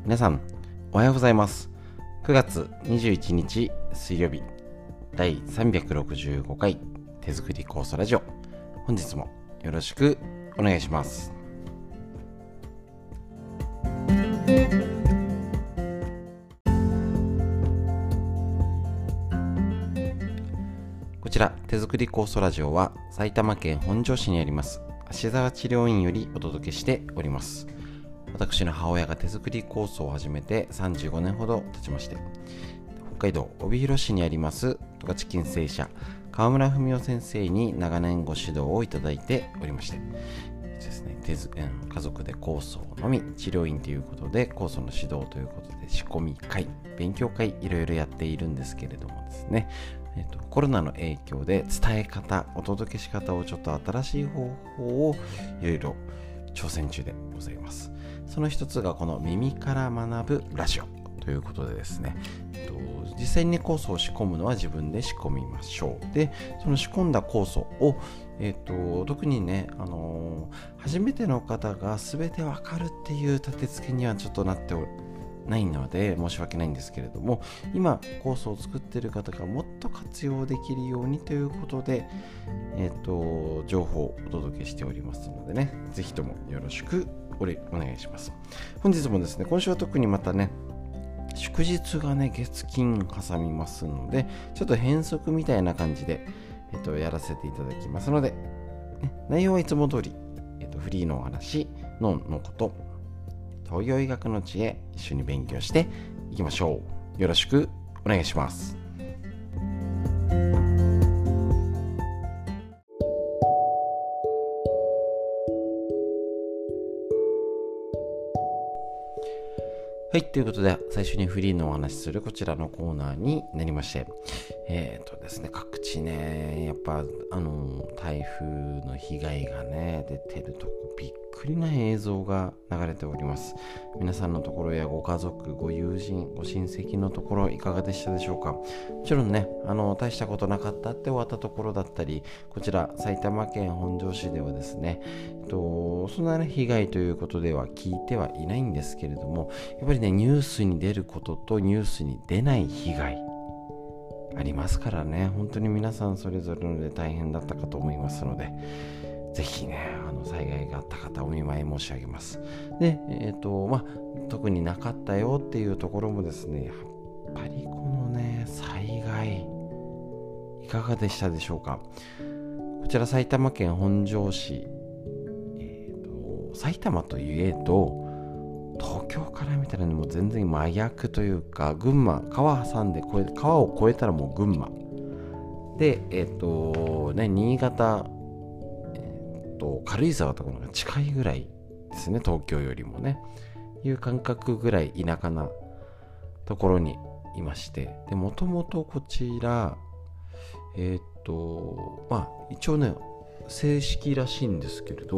皆さんおはようございます。9月21日水曜日第365回手作り酵素ラジオ、本日もよろしくお願いします。こちら手作り酵素ラジオは埼玉県本庄市にあります芦沢治療院よりお届けしております。私の母親が手作り酵素を始めて35年ほど経ちまして、北海道帯広市にあります十勝金星社川村文夫先生に長年ご指導をいただいておりましてですね、家族で酵素のみ治療院ということで酵素の指導ということで仕込み会、勉強会いろいろやっているんですけれどもですね、コロナの影響で伝え方、お届け仕方をちょっと新しい方法をいろいろ挑戦中でございます。その一つがこの耳から学ぶラジオということでですね、実際に、酵素を仕込むのは自分で仕込みましょう。で、その仕込んだ酵素を、特にね、初めての方が全てわかるっていう立て付けにはちょっとなってないので申し訳ないんですけれども、今酵素を作っている方がもっと活用できるようにということで、情報をお届けしておりますのでね、ぜひともよろしくお願いします。本日もですね、今週は特にまたね、祝日がね、月金挟みますので、ちょっと変則みたいな感じで、やらせていただきますので、内容はいつも通り、フリーのお話、脳のこと、東洋医学の知恵、一緒に勉強していきましょう。よろしくお願いします。はい、ということで最初にフリーのお話しするこちらのコーナーになりまして、ですね、各地ね、やっぱ台風の被害がね出てるとこ、びっくりな映像が流れております。皆さんのところやご家族、ご友人、ご親戚のところいかがでしたでしょうか。もちろんね、大したことなかったって終わったところだったり、こちら埼玉県本庄市ではですね、そんな、被害ということでは聞いてはいないんですけれども、やっぱりね、ニュースに出ることとニュースに出ない被害ありますからね、本当に皆さんそれぞれので大変だったかと思いますので、ぜひね、災害があった方お見舞い申し上げます。で、特になかったよっていうところもですね、やっぱりこのね、災害いかがでしたでしょうか。こちら埼玉県本庄市、埼玉といえど東京から見たら、ね、もう全然真逆というか、群馬、川挟んで川を越えたらもう群馬で、新潟、軽井沢とかのが近いぐらいですね、東京よりもね、いう感覚ぐらい田舎なところにいまして、で、もともとこちら一応ね、正式らしいんですけれど、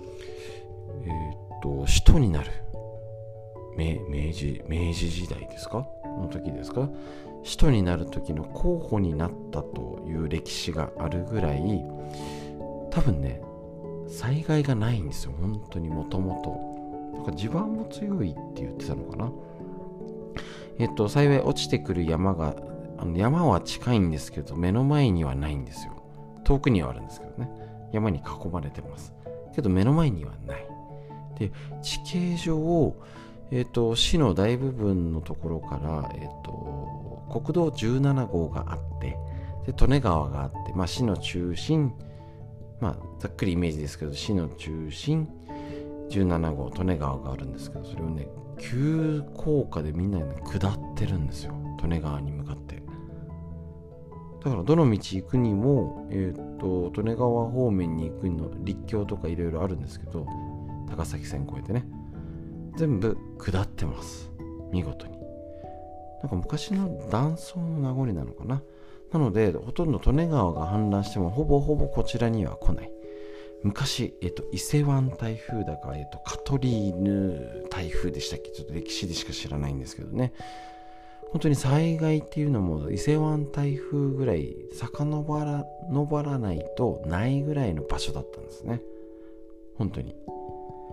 首都になる明治時代ですかの時ですか、首都になる時の候補になったという歴史があるぐらい、多分ね、災害がないんですよ、本当に。もともとなんか地盤も強いって言ってたのかな。幸い落ちてくる山が、山は近いんですけど目の前にはないんですよ。遠くにはあるんですけどね、山に囲まれてますけど目の前にはない。で、地形上、市の大部分のところから、国道17号があって、で、利根川があって、市の中心、ざっくりイメージですけど、市の中心17号、利根川があるんですけど、それをね、急降下でみんなで、ね、下ってるんですよ、利根川に向かって。だからどの道行くにも、利根川方面に行くの陸橋とかいろいろあるんですけど、高崎線越えてね、全部下ってます、見事に。なんか昔の断層の名残なのかな。なのでほとんど利根川が氾濫してもほぼこちらには来ない。昔、伊勢湾台風だか、カトリーヌ台風でしたっけ、ちょっと歴史でしか知らないんですけどね、本当に災害っていうのも伊勢湾台風ぐらい遡らないとないぐらいの場所だったんですね、本当に。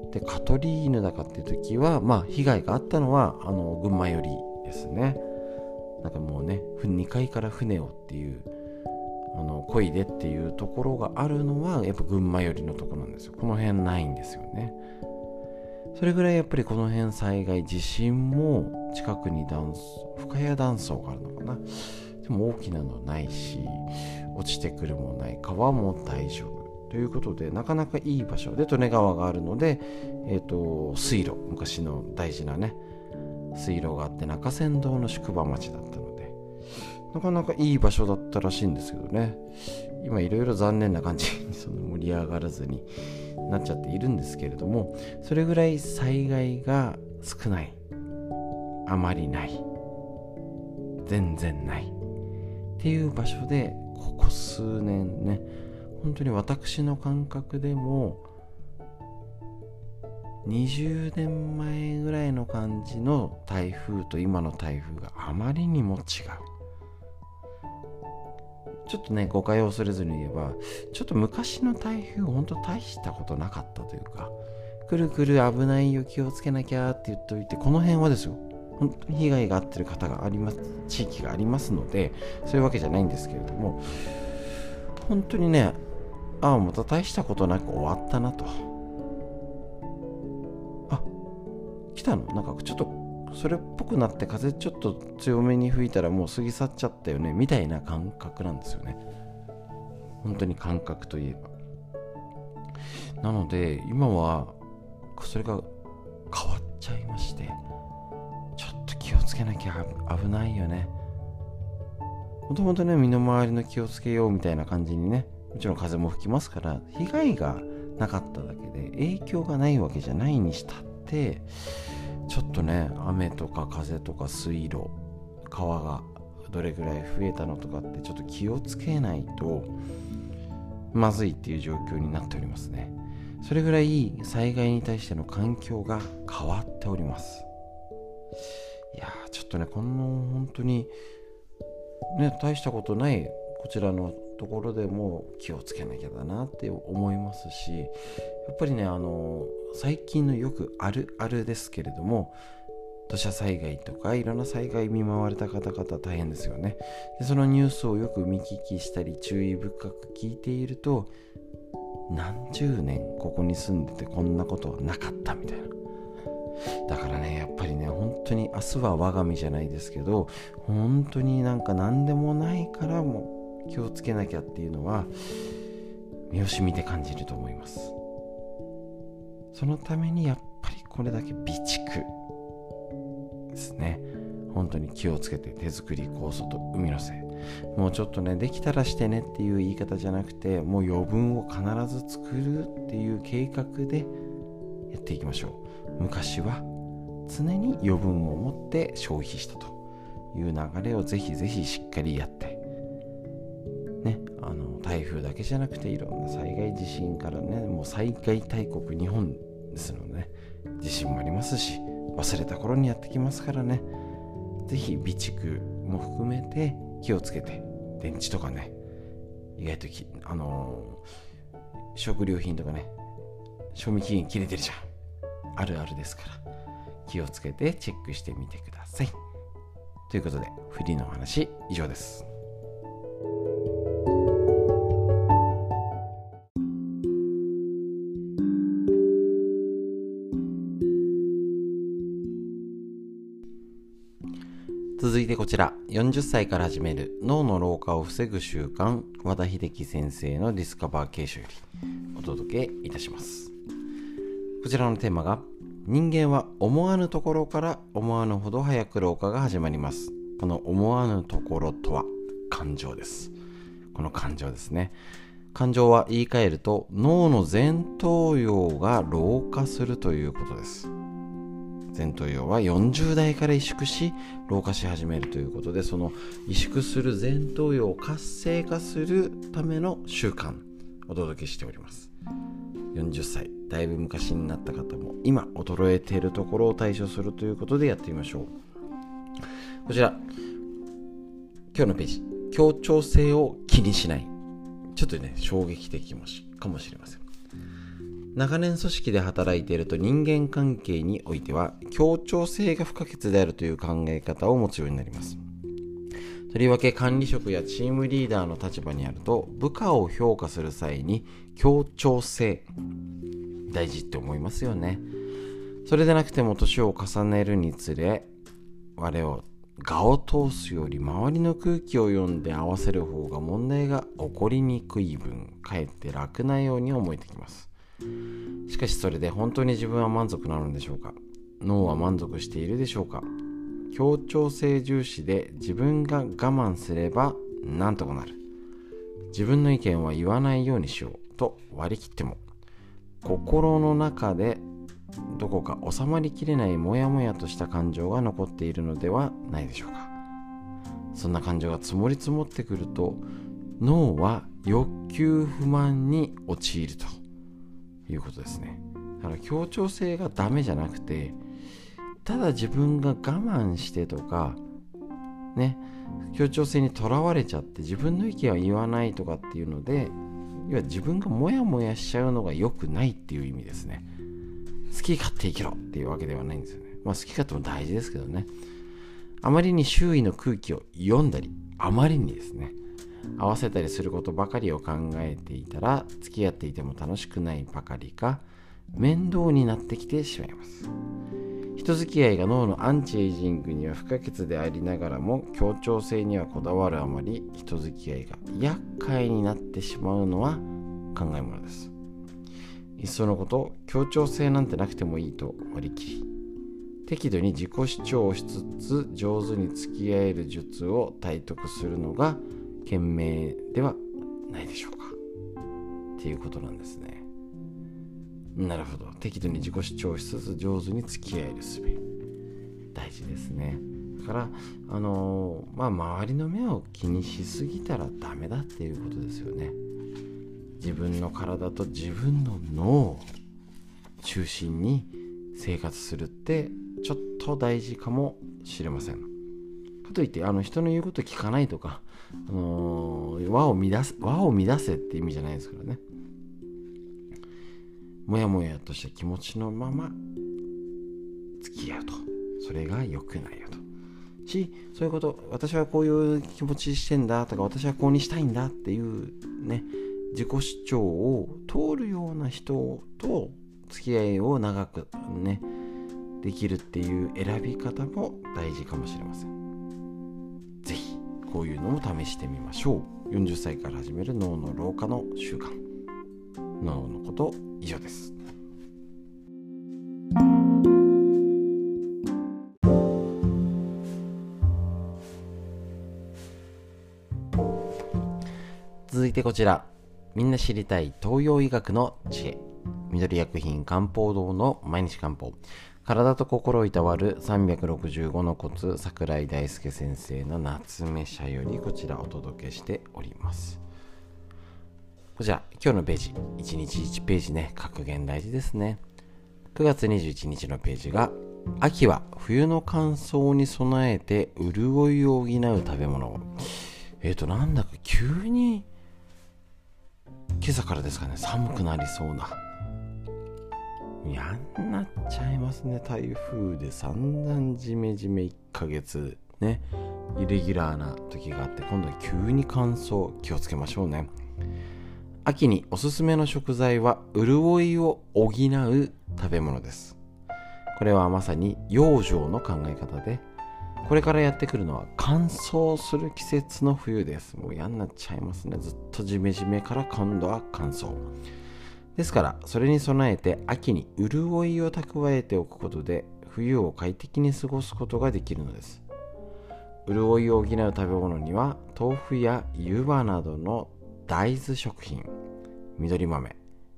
でカトリーヌだかっていう時は被害があったのは群馬寄りですね。なんかもうね2階から船をっていう漕いでっていうところがあるのはやっぱ群馬寄りのところなんですよ。この辺ないんですよね。それぐらいやっぱりこの辺災害、地震も近くに深谷断層があるのかな。でも大きなのないし落ちてくるもない、川も大丈夫ということでなかなかいい場所で、利根川があるので、水路、昔の大事なね水路があって中山道の宿場町だったのでなかなかいい場所だったらしいんですけどね、今いろいろ残念な感じに盛り上がらずになっちゃっているんですけれども、それぐらい災害が少ない、あまりない、全然ないっていう場所で、ここ数年ね本当に私の感覚でも20年前ぐらいの感じの台風と今の台風があまりにも違う。ちょっとね誤解を恐れずに言えば、ちょっと昔の台風本当大したことなかったというか、くるくる危ないよ気をつけなきゃって言っておいて、この辺はですよ本当に被害があってる方があります、地域がありますので、そういうわけじゃないんですけれども、本当にねまた大したことなく終わったなと。来たのなんかちょっとそれっぽくなって風ちょっと強めに吹いたらもう過ぎ去っちゃったよねみたいな感覚なんですよね。本当に感覚といえば。なので今はそれが変わっちゃいまして、ちょっと気をつけなきゃ危ないよね。もともとね身の回りの気をつけようみたいな感じにね、もちろん風も吹きますから被害がなかっただけで影響がないわけじゃないにしたって、ちょっとね雨とか風とか水路、川がどれぐらい増えたのとかってちょっと気をつけないとまずいっていう状況になっておりますね。それぐらい災害に対しての環境が変わっております。いやちょっとねこの本当にね大したことないこちらのところでも気をつけなきゃだなって思いますし、やっぱりね最近のよくあるあるですけれども、土砂災害とかいろんな災害見舞われた方々大変ですよね。でそのニュースをよく見聞きしたり注意深く聞いていると、何十年ここに住んでてこんなことはなかったみたいな。だからねやっぱりね本当に明日は我が身じゃないですけど、本当になんか何でもないからも気をつけなきゃっていうのは身を染みて感じると思います。そのためにやっぱりこれだけ備蓄ですね。本当に気をつけて、手作り酵素と海のせい、もうちょっとねできたらしてねっていう言い方じゃなくて、もう余分を必ず作るっていう計画でやっていきましょう。昔は常に余分を持って消費したという流れをぜひぜひしっかりやってね、台風だけじゃなくていろんな災害、地震からね、もう災害大国日本ですのでね、地震もありますし忘れた頃にやってきますからね、ぜひ備蓄も含めて気をつけて、電池とかね意外と食料品とかね賞味期限切れてるじゃん、あるあるですから気をつけてチェックしてみてください。ということでフリーのお話以上です。続いてこちら、40歳から始める脳の老化を防ぐ習慣、和田秀樹先生のディスカバー形式よりお届けいたします。こちらのテーマが、人間は思わぬところから思わぬほど早く老化が始まります。この思わぬところとは感情です。この感情ですね。感情は言い換えると脳の前頭葉が老化するということです。前頭葉は40代から萎縮し老化し始めるということで、その萎縮する前頭葉を活性化するための習慣をお届けしております。40歳、だいぶ昔になった方も今衰えているところを対処するということでやってみましょう。こちら今日のページ、協調性を気にしない、ちょっとね衝撃的かもしれません。 長年組織で働いていると人間関係においては協調性が不可欠であるという考え方を持つようになります。とりわけ管理職やチームリーダーの立場にあると部下を評価する際に協調性大事って思いますよね。それでなくても年を重ねるにつれ我を通すより周りの空気を読んで合わせる方が問題が起こりにくい分かえって楽なように思えてきます。しかしそれで本当に自分は満足なのでしょうか。脳は満足しているでしょうか。協調性重視で自分が我慢すればなんとかなる、自分の意見は言わないようにしようと割り切っても心の中でどこか収まりきれないモヤモヤとした感情が残っているのではないでしょうか。そんな感情が積もり積もってくると脳は欲求不満に陥るということですね。だから協調性がダメじゃなくて、ただ自分が我慢してとかね、協調性にとらわれちゃって自分の意見は言わないとかっていうので、要は自分がモヤモヤしちゃうのが良くないっていう意味ですね。好き勝手生きろっていうわけではないんですよね。好き勝手も大事ですけどね。あまりに周囲の空気を読んだり、あまりにですね合わせたりすることばかりを考えていたら、付き合っていても楽しくないばかりか面倒になってきてしまいます。人付き合いが脳のアンチエイジングには不可欠でありながらも、協調性にはこだわるあまり人付き合いが厄介になってしまうのは考えものです。いっそのこと、協調性なんてなくてもいいと割り切り、適度に自己主張をしつつ上手に付き合える術を体得するのが賢明ではないでしょうかっていうことなんですね。なるほど。適度に自己主張しつつ上手に付き合える術、大事ですね。だから周りの目を気にしすぎたらダメだっていうことですよね。自分の体と自分の脳を中心に生活するってちょっと大事かもしれません。かといって人の言うこと聞かないとか、輪を乱せって意味じゃないですからね。もやもやとした気持ちのまま付き合うと、それが良くないよとそういうこと、私はこういう気持ちしてんだとか、私はこうにしたいんだっていうね、自己主張を通るような人と付き合いを長くねできるっていう選び方も大事かもしれません。ぜひこういうのも試してみましょう。40歳から始める脳の老化の習慣。脳のこと以上です。続いてこちら、みんな知りたい東洋医学の知恵。緑薬品漢方堂の毎日漢方。体と心をいたわる365のコツ、櫻井大輔先生の夏目社よりこちらお届けしております。こちら今日のページ、1日1ページね、格言大事ですね。9月21日のページが、秋は冬の乾燥に備えて潤いを補う食べ物を。なんだか急に今朝からですかね、寒くなりそうな、嫌になっちゃいますね。台風で散々ジメジメ1ヶ月ね、イレギュラーな時があって、今度は急に乾燥、気をつけましょうね。秋におすすめの食材は潤いを補う食べ物です。これはまさに養生の考え方で、これからやってくるのは乾燥する季節の冬です。もう嫌になっちゃいますね。ずっとジメジメから今度は乾燥ですから、それに備えて秋に潤いを蓄えておくことで冬を快適に過ごすことができるのです。潤いを補う食べ物には豆腐や湯葉などの大豆食品、緑豆、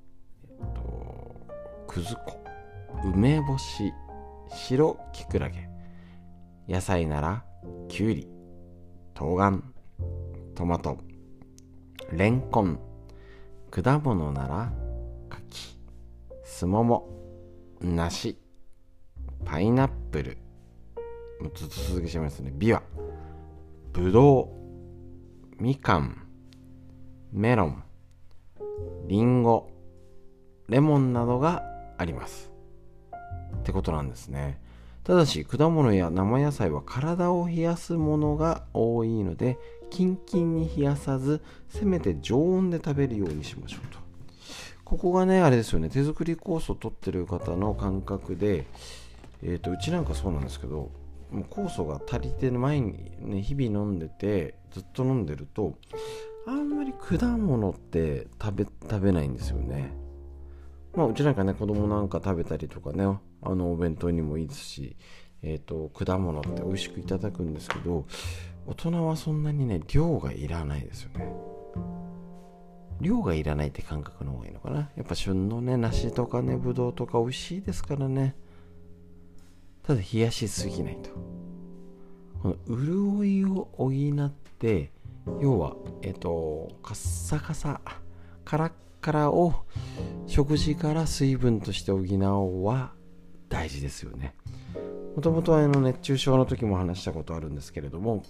くず粉、梅干し、白きくらげ、野菜ならきゅうり、冬瓜、トマト、レンコン、果物なら柿、すもも、梨、パイナップル、ずっと続けちゃいますね。ビワ、ぶどう、みかん、メロン、リンゴ、 レモンなどがありますってことなんですね。ただし果物や生野菜は体を冷やすものが多いので、キンキンに冷やさず、せめて常温で食べるようにしましょうと。ここがね、あれですよね、手作り酵素を取ってる方の感覚で、うちなんかそうなんですけど、もう酵素が足りてる前に、ね、日々飲んでてずっと飲んでると、あんまり果物って食べないんですよね。うちなんかね、子供なんか食べたりとかね、お弁当にもいいですし、果物って美味しくいただくんですけど、大人はそんなにね、量がいらないですよね。量がいらないって感覚の方がいいのかな。やっぱ旬のね、梨とかね、ぶどうとか美味しいですからね。ただ冷やしすぎないと。この潤いを補って、要はカッサカサカラッカラを食事から水分として補うは大事ですよね。もともと熱中症の時も話したことあるんですけれども、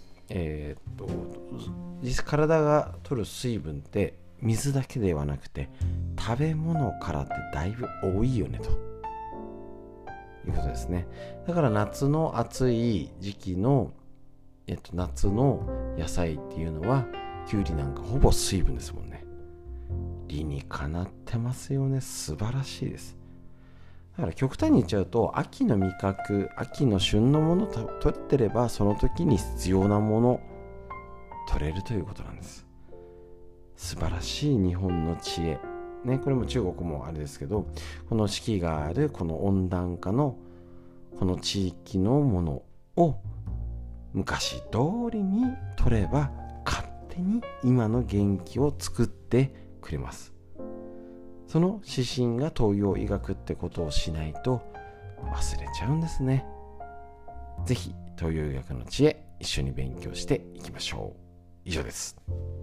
実際体が取る水分って水だけではなくて、食べ物からってだいぶ多いよねということですね。だから夏の暑い時期の夏の野菜っていうのは、きゅうりなんかほぼ水分ですもんね。理にかなってますよね。素晴らしいです。だから極端に言っちゃうと、秋の味覚、秋の旬のものと取ってれば、その時に必要なもの取れるということなんです。素晴らしい日本の知恵ね。これも中国もあれですけど、この四季があるこの温暖化のこの地域のものを昔通りに取れば、勝手に今の元気を作ってくれます。その指針が東洋医学ってことをしないと忘れちゃうんですね。ぜひ東洋医学の知恵、一緒に勉強していきましょう。以上です。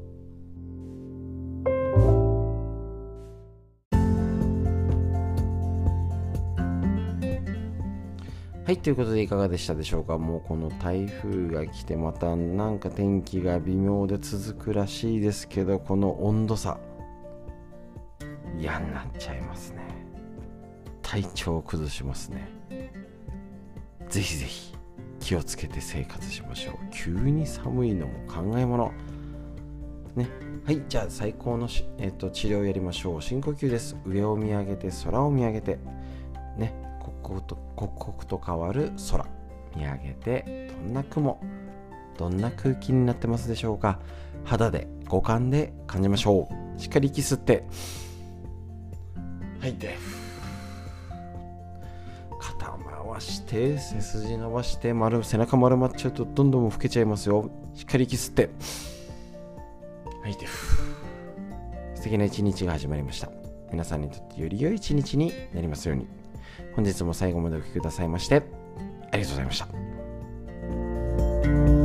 はい、ということでいかがでしたでしょうか。もうこの台風が来て、またなんか天気が微妙で続くらしいですけど、この温度差嫌になっちゃいますね。体調を崩しますね。ぜひぜひ気をつけて生活しましょう。急に寒いのも考えものね。はい、じゃあ最高の治療をやりましょう。深呼吸です。上を見上げて、空を見上げてね。刻々と変わる空見上げて、どんな雲、どんな空気になってますでしょうか。肌で五感で感じましょう。しっかり息吸って吐いて、肩回して背筋伸ばして、背中丸まっちゃうとどんどん老けちゃいますよ。しっかり息吸って吐いて、素敵な一日が始まりました。皆さんにとってより良い一日になりますように。本日も最後までお聞きくださいましてありがとうございました。